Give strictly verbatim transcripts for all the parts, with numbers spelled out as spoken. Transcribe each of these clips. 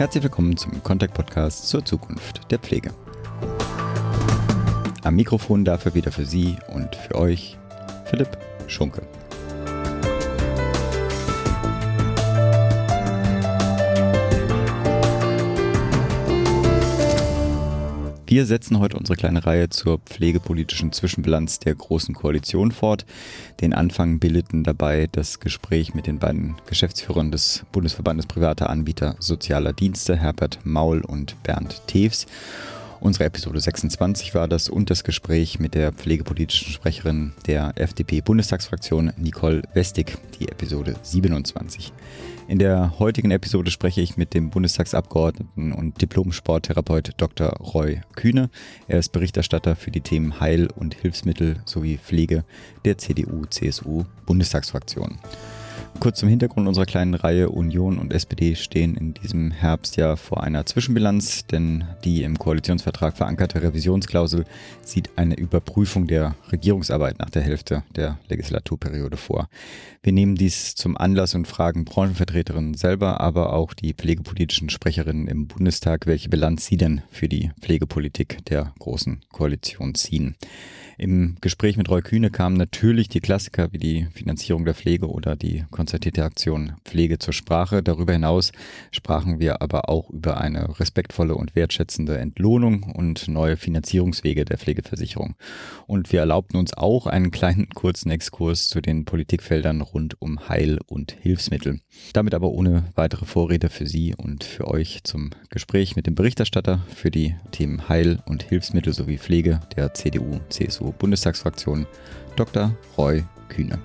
Herzlich willkommen zum Contact-Podcast zur Zukunft der Pflege. Am Mikrofon dafür wieder für Sie und für euch Philipp Schunke. Wir setzen heute unsere kleine Reihe zur pflegepolitischen Zwischenbilanz der Großen Koalition fort. Den Anfang bildeten dabei das Gespräch mit den beiden Geschäftsführern des Bundesverbandes privater Anbieter sozialer Dienste, Herbert Maul und Bernd Tews. Unsere Episode sechsundzwanzig war das und das Gespräch mit der pflegepolitischen Sprecherin der F D P-Bundestagsfraktion Nicole Westig, die Episode siebenundzwanzig. In der heutigen Episode spreche ich mit dem Bundestagsabgeordneten und Diplom-Sporttherapeut Doktor Roy Kühne. Er ist Berichterstatter für die Themen Heil- und Hilfsmittel sowie Pflege der C D U C S U-Bundestagsfraktion. Kurz zum Hintergrund unserer kleinen Reihe: Union und S P D stehen in diesem Herbst ja vor einer Zwischenbilanz, denn die im Koalitionsvertrag verankerte Revisionsklausel sieht eine Überprüfung der Regierungsarbeit nach der Hälfte der Legislaturperiode vor. Wir nehmen dies zum Anlass und fragen Branchenvertreterinnen selber, aber auch die pflegepolitischen Sprecherinnen im Bundestag, welche Bilanz sie denn für die Pflegepolitik der Großen Koalition ziehen. Im Gespräch mit Roy Kühne kamen natürlich die Klassiker wie die Finanzierung der Pflege oder die konzertierte Aktion Pflege zur Sprache. Darüber hinaus sprachen wir aber auch über eine respektvolle und wertschätzende Entlohnung und neue Finanzierungswege der Pflegeversicherung. Und wir erlaubten uns auch einen kleinen kurzen Exkurs zu den Politikfeldern rund um Heil- und Hilfsmittel. Damit aber ohne weitere Vorrede für Sie und für euch zum Gespräch mit dem Berichterstatter für die Themen Heil- und Hilfsmittel sowie Pflege der C D U C S U-Bundestagsfraktion, Doktor Roy Kühne.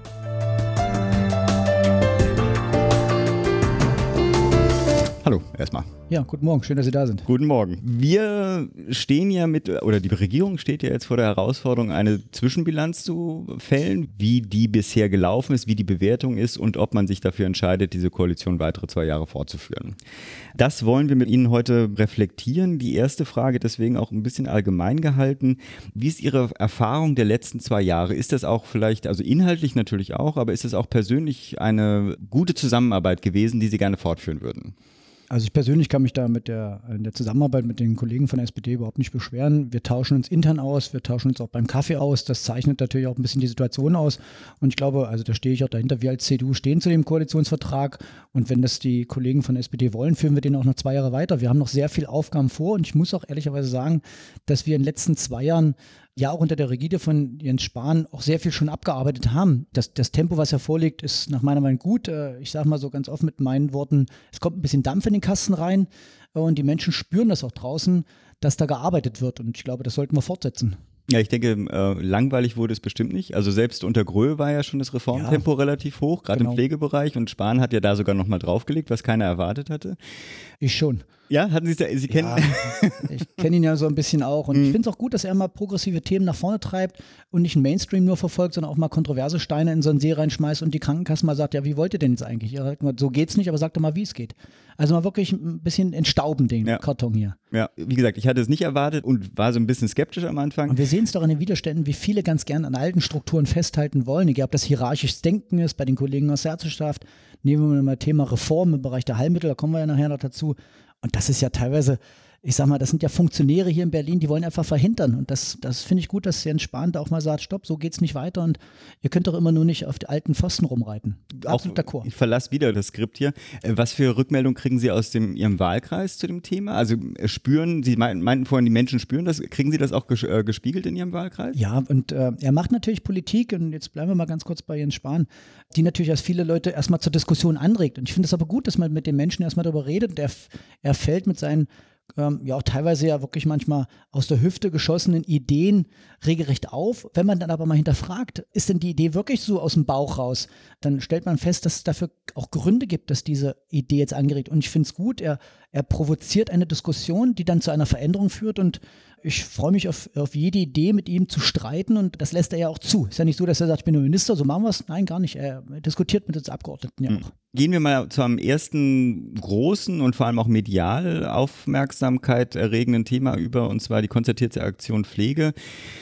Hallo, erstmal. Ja, guten Morgen, schön, dass Sie da sind. Guten Morgen. Wir stehen ja mit, oder die Regierung steht ja jetzt vor der Herausforderung, eine Zwischenbilanz zu fällen, wie die bisher gelaufen ist, wie die Bewertung ist und ob man sich dafür entscheidet, diese Koalition weitere zwei Jahre fortzuführen. Das wollen wir mit Ihnen heute reflektieren. Die erste Frage deswegen auch ein bisschen allgemein gehalten. Wie ist Ihre Erfahrung der letzten zwei Jahre? Ist das auch vielleicht, also inhaltlich natürlich auch, aber ist es auch persönlich eine gute Zusammenarbeit gewesen, die Sie gerne fortführen würden? Also ich persönlich kann mich da mit der, in der Zusammenarbeit mit den Kollegen von der S P D überhaupt nicht beschweren. Wir tauschen uns intern aus, wir tauschen uns auch beim Kaffee aus. Das zeichnet natürlich auch ein bisschen die Situation aus. Und ich glaube, also da stehe ich auch dahinter, wir als C D U stehen zu dem Koalitionsvertrag. Und wenn das die Kollegen von der S P D wollen, führen wir den auch noch zwei Jahre weiter. Wir haben noch sehr viele Aufgaben vor. Und ich muss auch ehrlicherweise sagen, dass wir in den letzten zwei Jahren ja auch unter der Rigide von Jens Spahn auch sehr viel schon abgearbeitet haben. Das, das Tempo, was ja vorliegt, ist nach meiner Meinung gut. Ich sage mal so ganz offen mit meinen Worten, es kommt ein bisschen Dampf in den Kasten rein und die Menschen spüren das auch draußen, dass da gearbeitet wird und ich glaube, das sollten wir fortsetzen. Ja, ich denke, äh, langweilig wurde es bestimmt nicht. Also selbst unter Gröhe war ja schon das Reformtempo ja, relativ hoch, gerade genau. Im Pflegebereich. Und Spahn hat ja da sogar nochmal draufgelegt, was keiner erwartet hatte. Ich schon. Ja, hatten Sie es, Sie kennen? Ja, ich kenne ihn ja so ein bisschen auch. Und mhm. ich finde es auch gut, dass er mal progressive Themen nach vorne treibt und nicht einen Mainstream nur verfolgt, sondern auch mal kontroverse Steine in so einen See reinschmeißt und die Krankenkasse mal sagt, ja, wie wollt ihr denn jetzt eigentlich? Ja, so geht's nicht, aber sagt doch mal, wie es geht. Also mal wirklich ein bisschen entstauben, den ja. Karton hier. Ja, wie gesagt, ich hatte es nicht erwartet und war so ein bisschen skeptisch am Anfang. Und wir sehen es doch in den Widerständen, wie viele ganz gern an alten Strukturen festhalten wollen. Egal, ob das hierarchisches Denken ist bei den Kollegen aus der Ärzteschaft. Nehmen wir mal Thema Reform im Bereich der Heilmittel, da kommen wir ja nachher noch dazu. Und das ist ja teilweise, ich sag mal, das sind ja Funktionäre hier in Berlin, die wollen einfach verhindern. Und das, das finde ich gut, dass Jens Spahn da auch mal sagt, stopp, so geht's nicht weiter und ihr könnt doch immer nur nicht auf die alten Pfosten rumreiten. Absolut d'accord. Ich verlasse wieder das Skript hier. Was für Rückmeldungen kriegen Sie aus dem, Ihrem Wahlkreis zu dem Thema? Also spüren, Sie meinten vorhin, die Menschen spüren das. Kriegen Sie das auch gespiegelt in Ihrem Wahlkreis? Ja, und äh, er macht natürlich Politik, und jetzt bleiben wir mal ganz kurz bei Jens Spahn, die natürlich als viele Leute erstmal zur Diskussion anregt. Und ich finde es aber gut, dass man mit den Menschen erstmal darüber redet. Der, er fällt mit seinen Ähm, ja auch teilweise ja wirklich manchmal aus der Hüfte geschossenen Ideen regelrecht auf. Wenn man dann aber mal hinterfragt, ist denn die Idee wirklich so aus dem Bauch raus, dann stellt man fest, dass es dafür auch Gründe gibt, dass diese Idee jetzt angeregt. Und ich finde es gut, er, er provoziert eine Diskussion, die dann zu einer Veränderung führt und ich freue mich auf, auf jede Idee, mit ihm zu streiten und das lässt er ja auch zu. Ist ja nicht so, dass er sagt, ich bin nur Minister, so machen wir es. Nein, gar nicht. Er diskutiert mit uns Abgeordneten ja auch. Gehen wir mal zu einem ersten großen und vor allem auch medial Aufmerksamkeit erregenden Thema über, und zwar die konzertierte Aktion Pflege.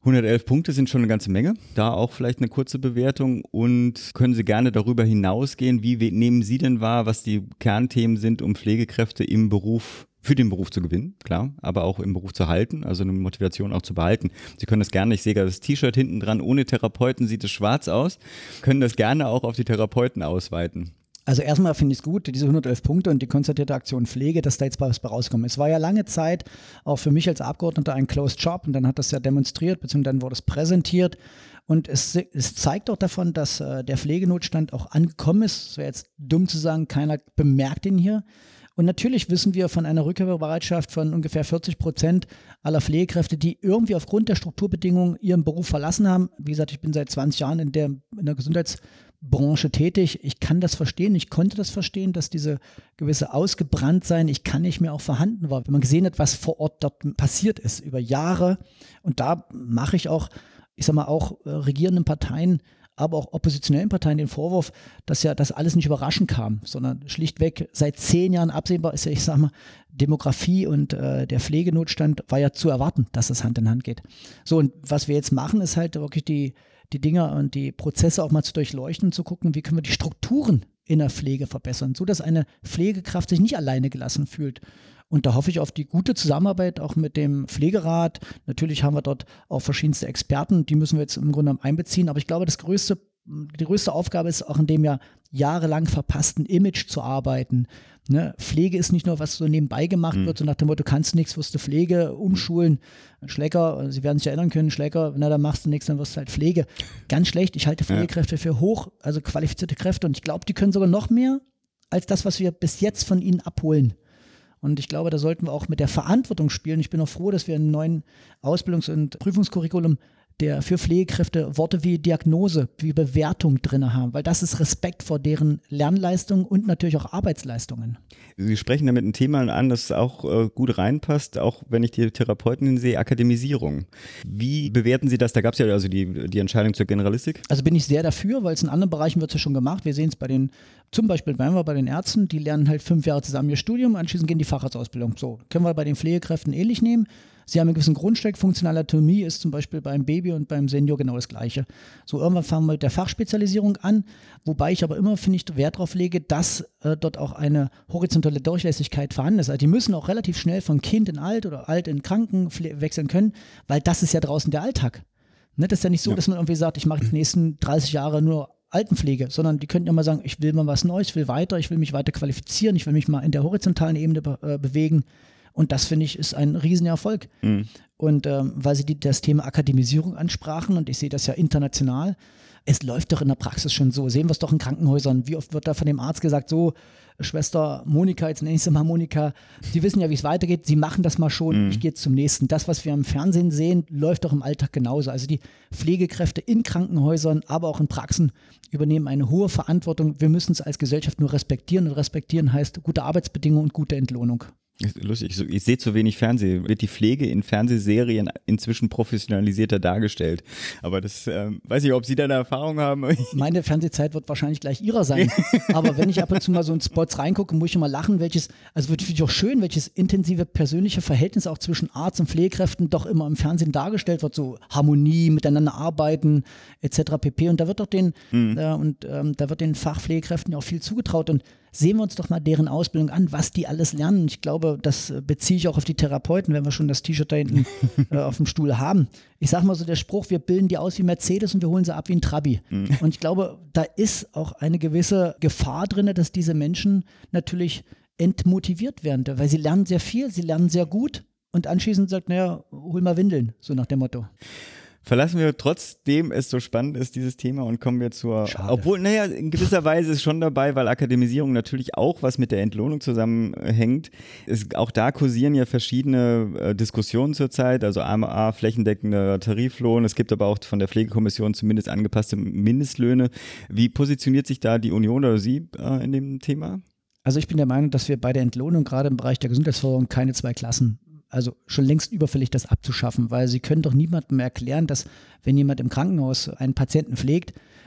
hundertelf Punkte sind schon eine ganze Menge. Da auch vielleicht eine kurze Bewertung. Und können Sie gerne darüber hinausgehen, wie nehmen Sie denn wahr, was die Kernthemen sind, um Pflegekräfte im Beruf, für den Beruf zu gewinnen, klar, aber auch im Beruf zu halten, also eine Motivation auch zu behalten. Sie können das gerne, ich sehe gerade das T-Shirt hinten dran, ohne Therapeuten sieht es schwarz aus, können das gerne auch auf die Therapeuten ausweiten. Also erstmal finde ich es gut, diese hundertelf Punkte und die konzertierte Aktion Pflege, dass da jetzt was bei rauskommt. Es war ja lange Zeit auch für mich als Abgeordneter ein Closed Job und dann hat das ja demonstriert, beziehungsweise dann wurde es präsentiert und es, es zeigt auch davon, dass äh, der Pflegenotstand auch angekommen ist. Es wäre jetzt dumm zu sagen, keiner bemerkt ihn hier. Und natürlich wissen wir von einer Rückkehrbereitschaft von ungefähr vierzig Prozent aller Pflegekräfte, die irgendwie aufgrund der Strukturbedingungen ihren Beruf verlassen haben. Wie gesagt, ich bin seit zwanzig Jahren in der, in der Gesundheitsbranche tätig. Ich kann das verstehen, ich konnte das verstehen, dass diese gewisse Ausgebranntsein, ich kann nicht mehr auch vorhanden war. Wenn man gesehen hat, was vor Ort dort passiert ist, über Jahre. Und da mache ich auch, ich sag mal, auch äh, regierenden Parteien, aber auch oppositionellen Parteien den Vorwurf, dass ja das alles nicht überraschend kam, sondern schlichtweg seit zehn Jahren absehbar ist ja, ich sag mal, Demografie und äh, der Pflegenotstand war ja zu erwarten, dass das Hand in Hand geht. So, und was wir jetzt machen, ist halt wirklich die, die Dinger und die Prozesse auch mal zu durchleuchten und zu gucken, wie können wir die Strukturen in der Pflege verbessern, sodass eine Pflegekraft sich nicht alleine gelassen fühlt. Und da hoffe ich auf die gute Zusammenarbeit auch mit dem Pflegerat. Natürlich haben wir dort auch verschiedenste Experten, die müssen wir jetzt im Grunde einbeziehen. Aber ich glaube, das größte, die größte Aufgabe ist auch in dem ja jahrelang verpassten Image zu arbeiten. Ne? Pflege ist nicht nur, was so nebenbei gemacht mhm. wird, so nach dem Motto, du kannst nichts, wirst du Pflege, umschulen. Schlecker, Sie werden sich erinnern können, Schlecker, na, dann machst du nichts, dann wirst du halt Pflege. Ganz schlecht, ich halte Pflegekräfte für hoch, also qualifizierte Kräfte und ich glaube, die können sogar noch mehr als das, was wir bis jetzt von ihnen abholen. Und ich glaube, da sollten wir auch mit der Verantwortung spielen. Ich bin auch froh, dass wir einen neuen Ausbildungs- und Prüfungskurriculum der für Pflegekräfte Worte wie Diagnose, wie Bewertung drin haben, weil das ist Respekt vor deren Lernleistungen und natürlich auch Arbeitsleistungen. Sie sprechen damit ein Thema an, das auch äh, gut reinpasst, auch wenn ich die Therapeuten sehe, Akademisierung. Wie bewerten Sie das? Da gab es ja also die, die Entscheidung zur Generalistik. Also bin ich sehr dafür, weil es in anderen Bereichen wird es ja schon gemacht. Wir sehen es bei den, zum Beispiel bei, bei den Ärzten, die lernen halt fünf Jahre zusammen ihr Studium, anschließend gehen die Facharztausbildung. So, können wir bei den Pflegekräften ähnlich nehmen. Sie haben einen gewissen Grundsteck, funktionale Anatomie ist zum Beispiel beim Baby und beim Senior genau das Gleiche. So, irgendwann fangen wir mit der Fachspezialisierung an, wobei ich aber immer, finde ich, Wert darauf lege, dass äh, dort auch eine horizontale Durchlässigkeit vorhanden ist. Also die müssen auch relativ schnell von Kind in alt oder alt in Kranken wechseln können, weil das ist ja draußen der Alltag. Ne, das ist ja nicht so, ja. dass man irgendwie sagt, ich mache die nächsten dreißig Jahre nur Altenpflege, sondern die könnten ja mal sagen, ich will mal was Neues, ich will weiter, ich will mich weiter qualifizieren, ich will mich mal in der horizontalen Ebene be- äh, bewegen. Und das, finde ich, ist ein Riesenerfolg. Mhm. Und ähm, weil Sie die, das Thema Akademisierung ansprachen, und ich sehe das ja international, es läuft doch in der Praxis schon so. Sehen wir es doch in Krankenhäusern. Wie oft wird da von dem Arzt gesagt, so, Schwester Monika, jetzt nenne ich sie mal Monika, Sie wissen ja, wie es weitergeht, Sie machen das mal schon, mhm. ich gehe jetzt zum nächsten. Das, was wir im Fernsehen sehen, läuft doch im Alltag genauso. Also die Pflegekräfte in Krankenhäusern, aber auch in Praxen übernehmen eine hohe Verantwortung. Wir müssen es als Gesellschaft nur respektieren und respektieren heißt gute Arbeitsbedingungen und gute Entlohnung. Lustig, ich, ich sehe zu wenig Fernsehen. Wird die Pflege in Fernsehserien inzwischen professionalisierter dargestellt? Aber das ähm, weiß ich, ob Sie da eine Erfahrung haben. Meine Fernsehzeit wird wahrscheinlich gleich Ihrer sein. Aber wenn ich ab und zu mal so in Spots reingucke, muss ich immer lachen, welches, also wird natürlich auch schön, welches intensive persönliche Verhältnis auch zwischen Arzt und Pflegekräften doch immer im Fernsehen dargestellt wird, so Harmonie, miteinander arbeiten, et cetera pp. Und da wird doch den, mhm. äh, und ähm, da wird den Fachpflegekräften ja auch viel zugetraut und sehen wir uns doch mal deren Ausbildung an, was die alles lernen. Ich glaube, das beziehe ich auch auf die Therapeuten, wenn wir schon das T-Shirt da hinten äh, auf dem Stuhl haben. Ich sage mal so, der Spruch, wir bilden die aus wie Mercedes und wir holen sie ab wie ein Trabi. Mhm. Und ich glaube, da ist auch eine gewisse Gefahr drin, dass diese Menschen natürlich entmotiviert werden, weil sie lernen sehr viel, sie lernen sehr gut und anschließend sagt, naja, hol mal Windeln, so nach dem Motto. Verlassen wir trotzdem es so spannend ist, dieses Thema, und kommen wir zur, Schade. Obwohl, naja, in gewisser Weise ist schon dabei, weil Akademisierung natürlich auch was mit der Entlohnung zusammenhängt. Es, auch da kursieren ja verschiedene äh, Diskussionen zurzeit, also A M A, flächendeckender Tariflohn, es gibt aber auch von der Pflegekommission zumindest angepasste Mindestlöhne. Wie positioniert sich da die Union oder Sie äh, in dem Thema? Also ich bin der Meinung, dass wir bei der Entlohnung gerade im Bereich der Gesundheitsversorgung keine zwei Klassen, also schon längst überfällig, das abzuschaffen, weil Sie können doch niemandem erklären, dass wenn jemand im Krankenhaus einen Patienten pflegt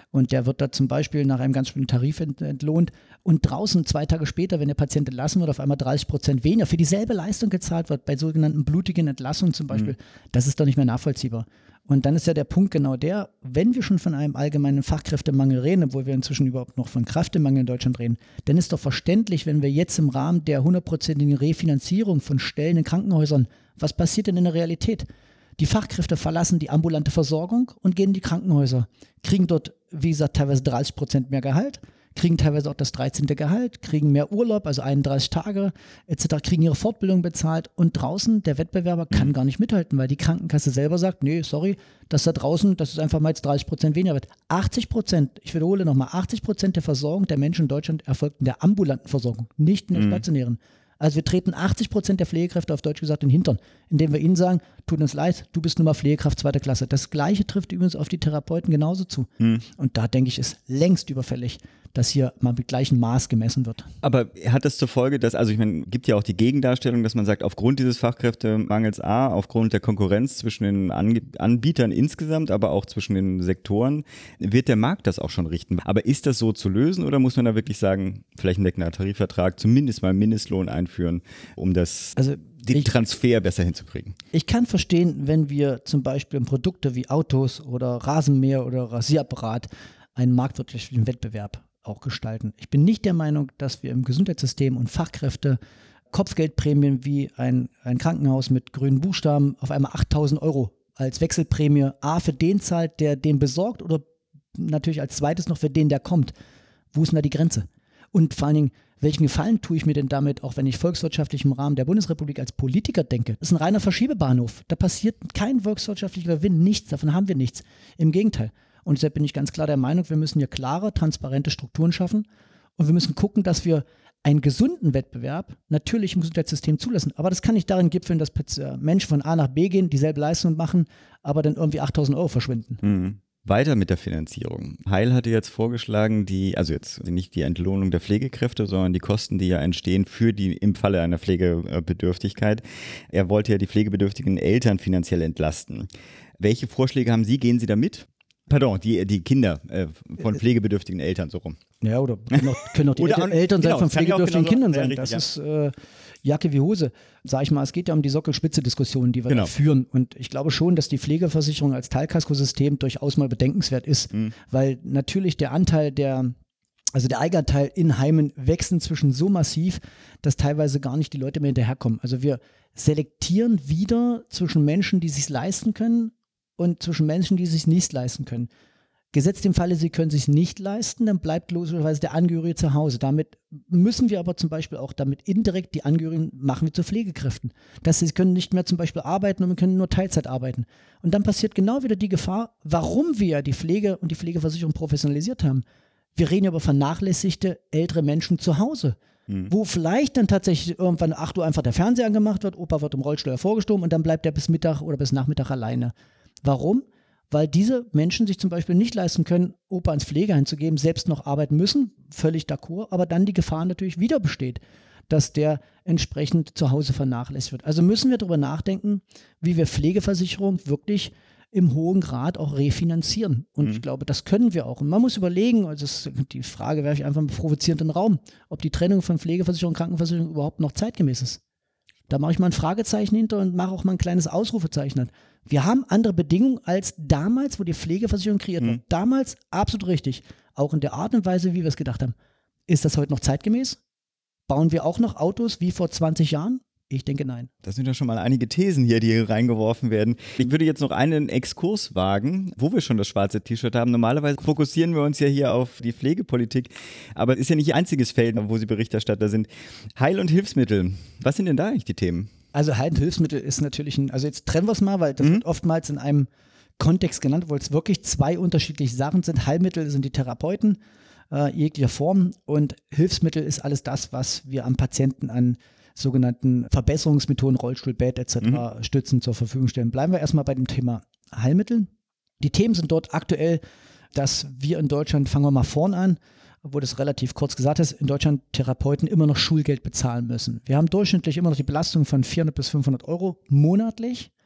und der wird da zum Beispiel nach einem ganz bestimmten Tarif ent- entlohnt und draußen zwei Tage später, wenn der Patient entlassen wird, auf einmal dreißig Prozent weniger für dieselbe Leistung gezahlt wird, bei sogenannten blutigen Entlassungen zum Beispiel, mhm. das ist doch nicht mehr nachvollziehbar. Und dann ist ja der Punkt genau der, wenn wir schon von einem allgemeinen Fachkräftemangel reden, obwohl wir inzwischen überhaupt noch von Kräftemangel in Deutschland reden, dann ist doch verständlich, wenn wir jetzt im Rahmen der hundertprozentigen Refinanzierung von Stellen in Krankenhäusern, was passiert denn in der Realität? Die Fachkräfte verlassen die ambulante Versorgung und gehen in die Krankenhäuser, kriegen dort, wie gesagt, teilweise dreißig Prozent mehr Gehalt, kriegen teilweise auch das dreizehnte Gehalt, kriegen mehr Urlaub, also einunddreißig Tage et cetera, kriegen ihre Fortbildung bezahlt und draußen der Wettbewerber kann gar nicht mithalten, weil die Krankenkasse selber sagt, nee, sorry, das da draußen, das ist einfach mal jetzt dreißig Prozent weniger wird. achtzig Prozent, ich wiederhole nochmal, achtzig Prozent der Versorgung der Menschen in Deutschland erfolgt in der ambulanten Versorgung, nicht in der stationären. Also wir treten achtzig Prozent der Pflegekräfte auf Deutsch gesagt in den Hintern, indem wir ihnen sagen, tut uns leid, du bist nun mal Pflegekraft zweiter Klasse. Das Gleiche trifft übrigens auf die Therapeuten genauso zu. Hm. Und da denke ich, ist längst überfällig, dass hier mal mit gleichem Maß gemessen wird. Aber hat das zur Folge, dass, also ich meine, gibt ja auch die Gegendarstellung, dass man sagt, aufgrund dieses Fachkräftemangels A, aufgrund der Konkurrenz zwischen den An- Anbietern insgesamt, aber auch zwischen den Sektoren, wird der Markt das auch schon richten. Aber ist das so zu lösen oder muss man da wirklich sagen, flächendeckender Tarifvertrag, zumindest mal Mindestlohn einführen, um das, also den ich, Transfer besser hinzukriegen? Ich kann verstehen, wenn wir zum Beispiel Produkte wie Autos oder Rasenmäher oder Rasierapparat einen marktwirtschaftlichen Wettbewerb auch gestalten. Ich bin nicht der Meinung, dass wir im Gesundheitssystem und Fachkräfte Kopfgeldprämien wie ein, ein Krankenhaus mit grünen Buchstaben auf einmal achttausend Euro als Wechselprämie A für den zahlt, der den besorgt oder natürlich als zweites noch für den, der kommt. Wo ist denn da die Grenze? Und vor allen Dingen, welchen Gefallen tue ich mir denn damit, auch wenn ich volkswirtschaftlich im Rahmen der Bundesrepublik als Politiker denke? Das ist ein reiner Verschiebebahnhof. Da passiert kein volkswirtschaftlicher Gewinn, nichts, davon haben wir nichts. Im Gegenteil. Und deshalb bin ich ganz klar der Meinung, wir müssen hier klare, transparente Strukturen schaffen und wir müssen gucken, dass wir einen gesunden Wettbewerb natürlich im Gesundheitssystem zulassen. Aber das kann nicht darin gipfeln, dass Menschen von A nach B gehen, dieselbe Leistung machen, aber dann irgendwie achttausend Euro verschwinden. Mhm. Weiter mit der Finanzierung. Heil hatte jetzt vorgeschlagen, die, also jetzt nicht die Entlohnung der Pflegekräfte, sondern die Kosten, die ja entstehen für die im Falle einer Pflegebedürftigkeit. Er wollte ja die pflegebedürftigen Eltern finanziell entlasten. Welche Vorschläge haben Sie? Gehen Sie da mit? Pardon, die, die Kinder äh, von pflegebedürftigen Eltern, so rum. Ja, oder können auch, können auch die Eltern, Eltern sein genau, von pflegebedürftigen genau Kindern sein. Ja, richtig, das ja. ist äh, Jacke wie Hose. Sag ich mal, es geht ja um die Sockelspitze-Diskussion, die wir genau. da führen. Und ich glaube schon, dass die Pflegeversicherung als Teilkaskosystem durchaus mal bedenkenswert ist. Mhm. Weil natürlich der Anteil der, also der Eigenanteil in Heimen wächst inzwischen so massiv, dass teilweise gar nicht die Leute mehr hinterherkommen. Also wir selektieren wieder zwischen Menschen, die es sich leisten können, und zwischen Menschen, die es sich nicht leisten können. Gesetzt im Falle, sie können es sich nicht leisten, dann bleibt logischerweise der Angehörige zu Hause. Damit müssen wir aber zum Beispiel auch damit indirekt die Angehörigen machen wir zu Pflegekräften. Dass sie können nicht mehr zum Beispiel arbeiten und wir können nur Teilzeit arbeiten. Und dann passiert genau wieder die Gefahr, warum wir die Pflege und die Pflegeversicherung professionalisiert haben. Wir reden über vernachlässigte ältere Menschen zu Hause. Mhm. Wo vielleicht dann tatsächlich irgendwann acht Uhr einfach der Fernseher angemacht wird, Opa wird im Rollstuhl hervorgestoben und dann bleibt er bis Mittag oder bis Nachmittag alleine. Warum? Weil diese Menschen sich zum Beispiel nicht leisten können, Opa ins Pflegeheim zu geben, selbst noch arbeiten müssen, völlig d'accord, aber dann die Gefahr natürlich wieder besteht, dass der entsprechend zu Hause vernachlässigt wird. Also müssen wir darüber nachdenken, wie wir Pflegeversicherung wirklich im hohen Grad auch refinanzieren. Und mhm. ich glaube, das können wir auch. Und man muss überlegen, also das, die Frage werfe ich einfach mal provozierend in den Raum, ob die Trennung von Pflegeversicherung und Krankenversicherung überhaupt noch zeitgemäß ist. Da mache ich mal ein Fragezeichen hinter und mache auch mal ein kleines Ausrufezeichen. Wir haben andere Bedingungen als damals, wo die Pflegeversicherung kreiert wurde. Mhm. Damals absolut richtig. Auch in der Art und Weise, wie wir es gedacht haben. Ist das heute noch zeitgemäß? Bauen wir auch noch Autos wie vor zwanzig Jahren? Ich denke, nein. Das sind ja schon mal einige Thesen hier, die hier reingeworfen werden. Ich würde jetzt noch einen Exkurs wagen, wo wir schon das schwarze T-Shirt haben. Normalerweise fokussieren wir uns ja hier auf die Pflegepolitik, aber es ist ja nicht Ihr einziges Feld, wo Sie Berichterstatter sind. Heil- und Hilfsmittel, was sind denn da eigentlich die Themen? Also Heil- und Hilfsmittel ist natürlich ein, also jetzt trennen wir es mal, weil das mhm. wird oftmals in einem Kontext genannt, wo es wirklich zwei unterschiedliche Sachen sind. Heilmittel sind die Therapeuten äh, jeglicher Form und Hilfsmittel ist alles das, was wir am Patienten an sogenannten Verbesserungsmethoden, Rollstuhl, Bett et cetera Mhm. Stützen zur Verfügung stellen. Bleiben wir erstmal bei dem Thema Heilmittel. Die Themen sind dort aktuell, dass wir in Deutschland, fangen wir mal vorn an, obwohl das relativ kurz gesagt ist, in Deutschland Therapeuten immer noch Schulgeld bezahlen müssen. Wir haben durchschnittlich immer noch die Belastung von vierhundert bis fünfhundert Euro monatlich.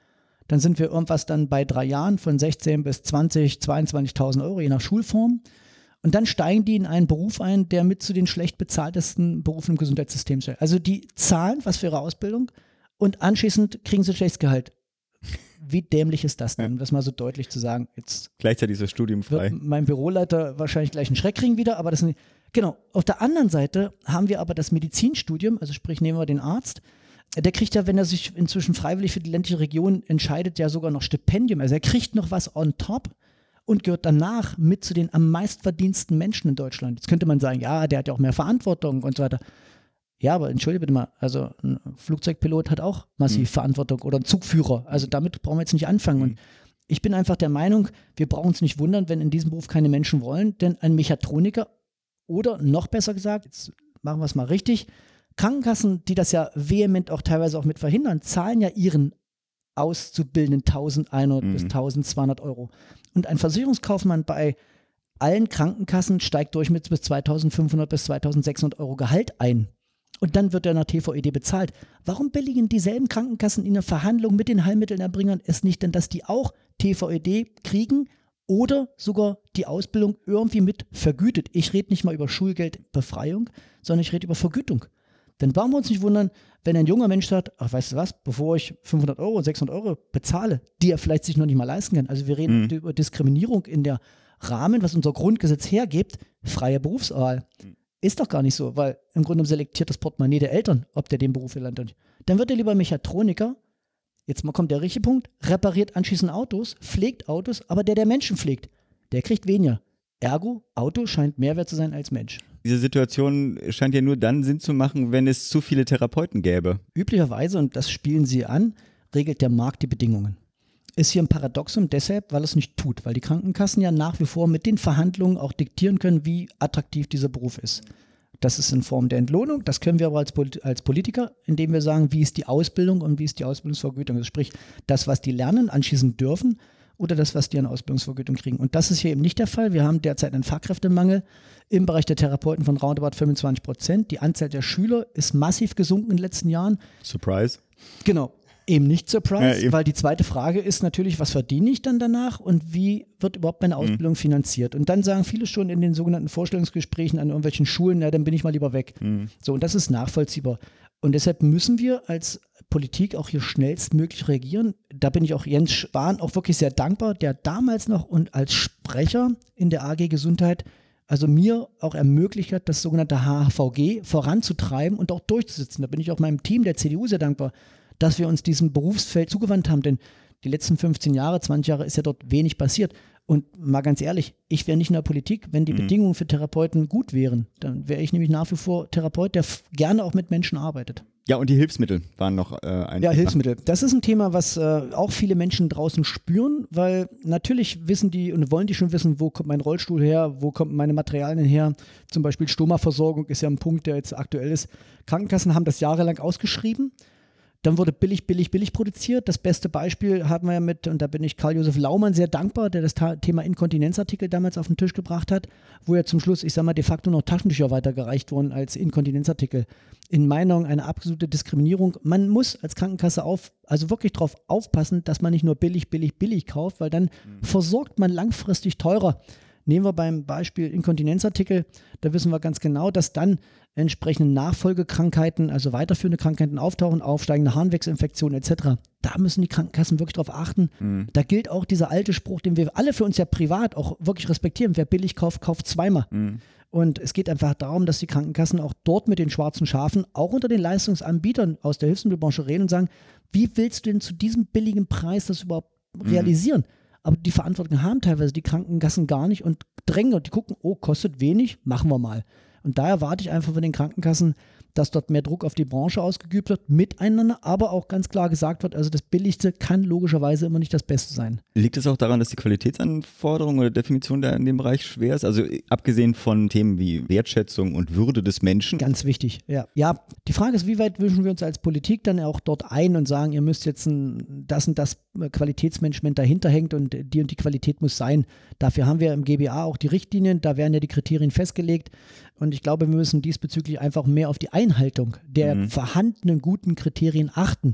Dann sind wir irgendwas dann bei drei Jahren von sechzehn bis zwanzig, zweiundzwanzigtausend Euro, je nach Schulform. Und dann steigen die in einen Beruf ein, der mit zu den schlecht bezahltesten Berufen im Gesundheitssystem zählt. Also die zahlen was für ihre Ausbildung und anschließend kriegen sie ein schlechtes Gehalt. Wie dämlich ist das denn, um das mal so deutlich zu sagen? Jetzt gleichzeitig ist das Studium frei. Wird mein Büroleiter wahrscheinlich gleich einen Schreck kriegen wieder, aber das sind, genau. Auf der anderen Seite haben wir aber das Medizinstudium, also sprich nehmen wir den Arzt, der kriegt ja, wenn er sich inzwischen freiwillig für die ländliche Region entscheidet, ja sogar noch Stipendium. Also er kriegt noch was on top und gehört danach mit zu den am meistverdiensten Menschen in Deutschland. Jetzt könnte man sagen, ja, der hat ja auch mehr Verantwortung und so weiter. Ja, aber entschuldige bitte mal, also ein Flugzeugpilot hat auch massiv mhm. Verantwortung oder ein Zugführer. Also damit brauchen wir jetzt nicht anfangen. Mhm. Und ich bin einfach der Meinung, wir brauchen uns nicht wundern, wenn in diesem Beruf keine Menschen wollen, denn ein Mechatroniker oder noch besser gesagt, jetzt machen wir es mal richtig, Krankenkassen, die das ja vehement auch teilweise auch mit verhindern, zahlen ja ihren Auszubildenden eintausendeinhundert mhm. bis eintausendzweihundert Euro. Und ein Versicherungskaufmann bei allen Krankenkassen steigt durchschnittlich bis zweitausendfünfhundert bis zweitausendsechshundert Euro Gehalt ein. Und dann wird er nach T V E D bezahlt. Warum billigen dieselben Krankenkassen in der Verhandlung mit den Heilmittelerbringern es nicht denn, dass die auch T V E D kriegen oder sogar die Ausbildung irgendwie mit vergütet? Ich rede nicht mal über Schulgeldbefreiung, sondern ich rede über Vergütung. Dann brauchen wir uns nicht wundern, wenn ein junger Mensch sagt, ach, weißt du was, bevor ich fünfhundert Euro und sechshundert Euro bezahle, die er vielleicht sich noch nicht mal leisten kann. Also wir reden mhm. über Diskriminierung in der Rahmen, was unser Grundgesetz hergibt, freie Berufswahl. Mhm. Ist doch gar nicht so, weil im Grunde selektiert das Portemonnaie der Eltern, ob der den Beruf will oder nicht. Dann wird er lieber Mechatroniker, jetzt mal kommt der richtige Punkt, repariert anschließend Autos, pflegt Autos, aber der, der Menschen pflegt, der kriegt weniger. Ergo, Auto scheint mehr wert zu sein als Mensch. Diese Situation scheint ja nur dann Sinn zu machen, wenn es zu viele Therapeuten gäbe. Üblicherweise, und das spielen sie an, regelt der Markt die Bedingungen. Ist hier ein Paradoxum deshalb, weil es nicht tut, weil die Krankenkassen ja nach wie vor mit den Verhandlungen auch diktieren können, wie attraktiv dieser Beruf ist. Das ist in Form der Entlohnung, das können wir aber als, als Politiker, indem wir sagen, wie ist die Ausbildung und wie ist die Ausbildungsvergütung. Also sprich, das, was die lernen, anschließend dürfen oder das, was die an Ausbildungsvergütung kriegen. Und das ist hier eben nicht der Fall. Wir haben derzeit einen Fachkräftemangel im Bereich der Therapeuten von roundabout fünfundzwanzig Prozent. Die Anzahl der Schüler ist massiv gesunken in den letzten Jahren. Surprise. Genau. Eben nicht surprise, ja, eben. Weil die zweite Frage ist natürlich, was verdiene ich dann danach und wie wird überhaupt meine Ausbildung mhm. finanziert? Und dann sagen viele schon in den sogenannten Vorstellungsgesprächen an irgendwelchen Schulen, na, dann bin ich mal lieber weg. Mhm. So, und das ist nachvollziehbar. Und deshalb müssen wir als Politik auch hier schnellstmöglich reagieren. Da bin ich auch Jens Spahn auch wirklich sehr dankbar, der damals noch und als Sprecher in der A G Gesundheit also mir auch ermöglicht hat, das sogenannte H H V G voranzutreiben und auch durchzusetzen. Da bin ich auch meinem Team der C D U sehr dankbar, dass wir uns diesem Berufsfeld zugewandt haben, denn die letzten fünfzehn Jahre, zwanzig Jahre ist ja dort wenig passiert. Und mal ganz ehrlich, ich wäre nicht in der Politik, wenn die mhm. Bedingungen für Therapeuten gut wären. Dann wäre ich nämlich nach wie vor Therapeut, der f- gerne auch mit Menschen arbeitet. Ja, und die Hilfsmittel waren noch äh, ein Ja, Thema. Hilfsmittel. Das ist ein Thema, was äh, auch viele Menschen draußen spüren, weil natürlich wissen die und wollen die schon wissen, wo kommt mein Rollstuhl her, wo kommen meine Materialien her. Zum Beispiel Stomaversorgung ist ja ein Punkt, der jetzt aktuell ist. Krankenkassen haben das jahrelang ausgeschrieben. Dann wurde billig, billig, billig produziert. Das beste Beispiel hatten wir ja mit, und da bin ich Karl-Josef Laumann sehr dankbar, der das Ta- Thema Inkontinenzartikel damals auf den Tisch gebracht hat, wo ja zum Schluss, ich sag mal, de facto noch Taschentücher weitergereicht wurden als Inkontinenzartikel. In meiner Meinung eine absolute Diskriminierung. Man muss als Krankenkasse auf, also wirklich darauf aufpassen, dass man nicht nur billig, billig, billig kauft, weil dann mhm. versorgt man langfristig teurer. Nehmen wir beim Beispiel Inkontinenzartikel, da wissen wir ganz genau, dass dann entsprechende Nachfolgekrankheiten, also weiterführende Krankheiten auftauchen, aufsteigende Harnwegsinfektionen et cetera. Da müssen die Krankenkassen wirklich drauf achten. Mhm. Da gilt auch dieser alte Spruch, den wir alle für uns ja privat auch wirklich respektieren. Wer billig kauft, kauft zweimal. Mhm. Und es geht einfach darum, dass die Krankenkassen auch dort mit den schwarzen Schafen, auch unter den Leistungsanbietern aus der Hilfsmittelbranche reden und sagen, wie willst du denn zu diesem billigen Preis das überhaupt realisieren? Mhm. Aber die Verantwortung haben teilweise die Krankenkassen gar nicht und drängen und die gucken, oh, kostet wenig, machen wir mal. Und da erwarte ich einfach von den Krankenkassen, dass dort mehr Druck auf die Branche ausgeübt wird, miteinander, aber auch ganz klar gesagt wird, also das Billigste kann logischerweise immer nicht das Beste sein. Liegt es auch daran, dass die Qualitätsanforderung oder Definition da in dem Bereich schwer ist? Also abgesehen von Themen wie Wertschätzung und Würde des Menschen? Ganz wichtig, ja. Ja, die Frage ist, wie weit wünschen wir uns als Politik dann auch dort ein und sagen, ihr müsst jetzt ein, das und das Qualitätsmanagement dahinter hängt und die und die Qualität muss sein. Dafür haben wir im G B A auch die Richtlinien, da werden ja die Kriterien festgelegt. Und ich glaube, wir müssen diesbezüglich einfach mehr auf die Einhaltung der mhm. vorhandenen guten Kriterien achten.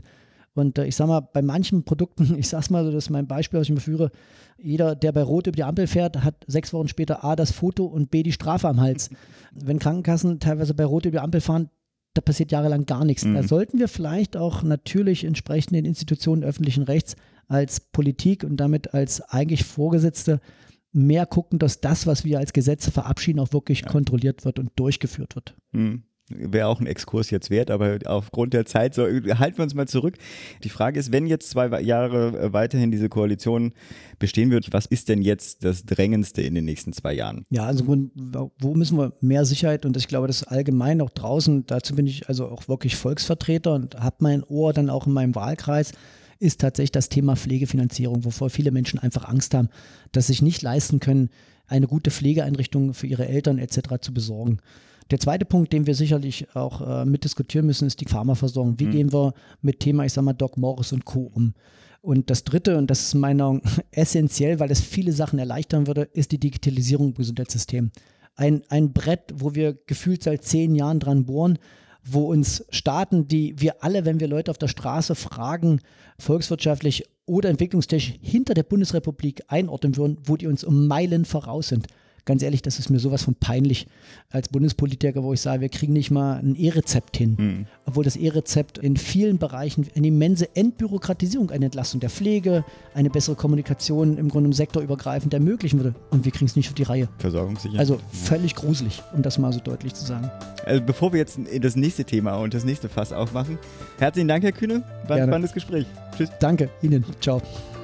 Und äh, ich sage mal, bei manchen Produkten, ich sage es mal so, das ist mein Beispiel, was ich mir führe, jeder, der bei Rot über die Ampel fährt, hat sechs Wochen später A, das Foto und B, die Strafe am Hals. Wenn Krankenkassen teilweise bei Rot über die Ampel fahren, da passiert jahrelang gar nichts. Mhm. Da sollten wir vielleicht auch natürlich entsprechend den Institutionen öffentlichen Rechts als Politik und damit als eigentlich Vorgesetzte mehr gucken, dass das, was wir als Gesetze verabschieden, auch wirklich ja. kontrolliert wird und durchgeführt wird. Mhm. Wäre auch ein Exkurs jetzt wert, aber aufgrund der Zeit so, halten wir uns mal zurück. Die Frage ist, wenn jetzt zwei Jahre weiterhin diese Koalition bestehen wird, was ist denn jetzt das Drängendste in den nächsten zwei Jahren? Ja, also wo müssen wir mehr Sicherheit, und ich glaube, das ist allgemein auch draußen, dazu bin ich also auch wirklich Volksvertreter und habe mein Ohr dann auch in meinem Wahlkreis, ist tatsächlich das Thema Pflegefinanzierung, wovor viele Menschen einfach Angst haben, dass sie sich nicht leisten können, eine gute Pflegeeinrichtung für ihre Eltern et cetera zu besorgen. Der zweite Punkt, den wir sicherlich auch äh, mitdiskutieren müssen, ist die Pharmaversorgung. Wie mhm. gehen wir mit Thema, ich sag mal, Doc Morris und Co. um? Und das dritte, und das ist meiner Meinung nach essentiell, weil es viele Sachen erleichtern würde, ist die Digitalisierung im Gesundheitssystem. Ein, ein Brett, wo wir gefühlt seit zehn Jahren dran bohren, wo uns Staaten, die wir alle, wenn wir Leute auf der Straße fragen, volkswirtschaftlich oder entwicklungstechnisch hinter der Bundesrepublik einordnen würden, wo die uns um Meilen voraus sind. Ganz ehrlich, das ist mir sowas von peinlich als Bundespolitiker, wo ich sage, wir kriegen nicht mal ein E-Rezept hin. Mhm. Obwohl das E-Rezept in vielen Bereichen eine immense Entbürokratisierung, eine Entlastung der Pflege, eine bessere Kommunikation im Grunde sektorübergreifend ermöglichen würde. Und wir kriegen es nicht auf die Reihe. Versorgungssicherheit. Also völlig gruselig, um das mal so deutlich zu sagen. Also bevor wir jetzt das nächste Thema und das nächste Fass aufmachen, herzlichen Dank, Herr Kühne. War ein spannendes Gespräch. Tschüss. Danke Ihnen. Ciao.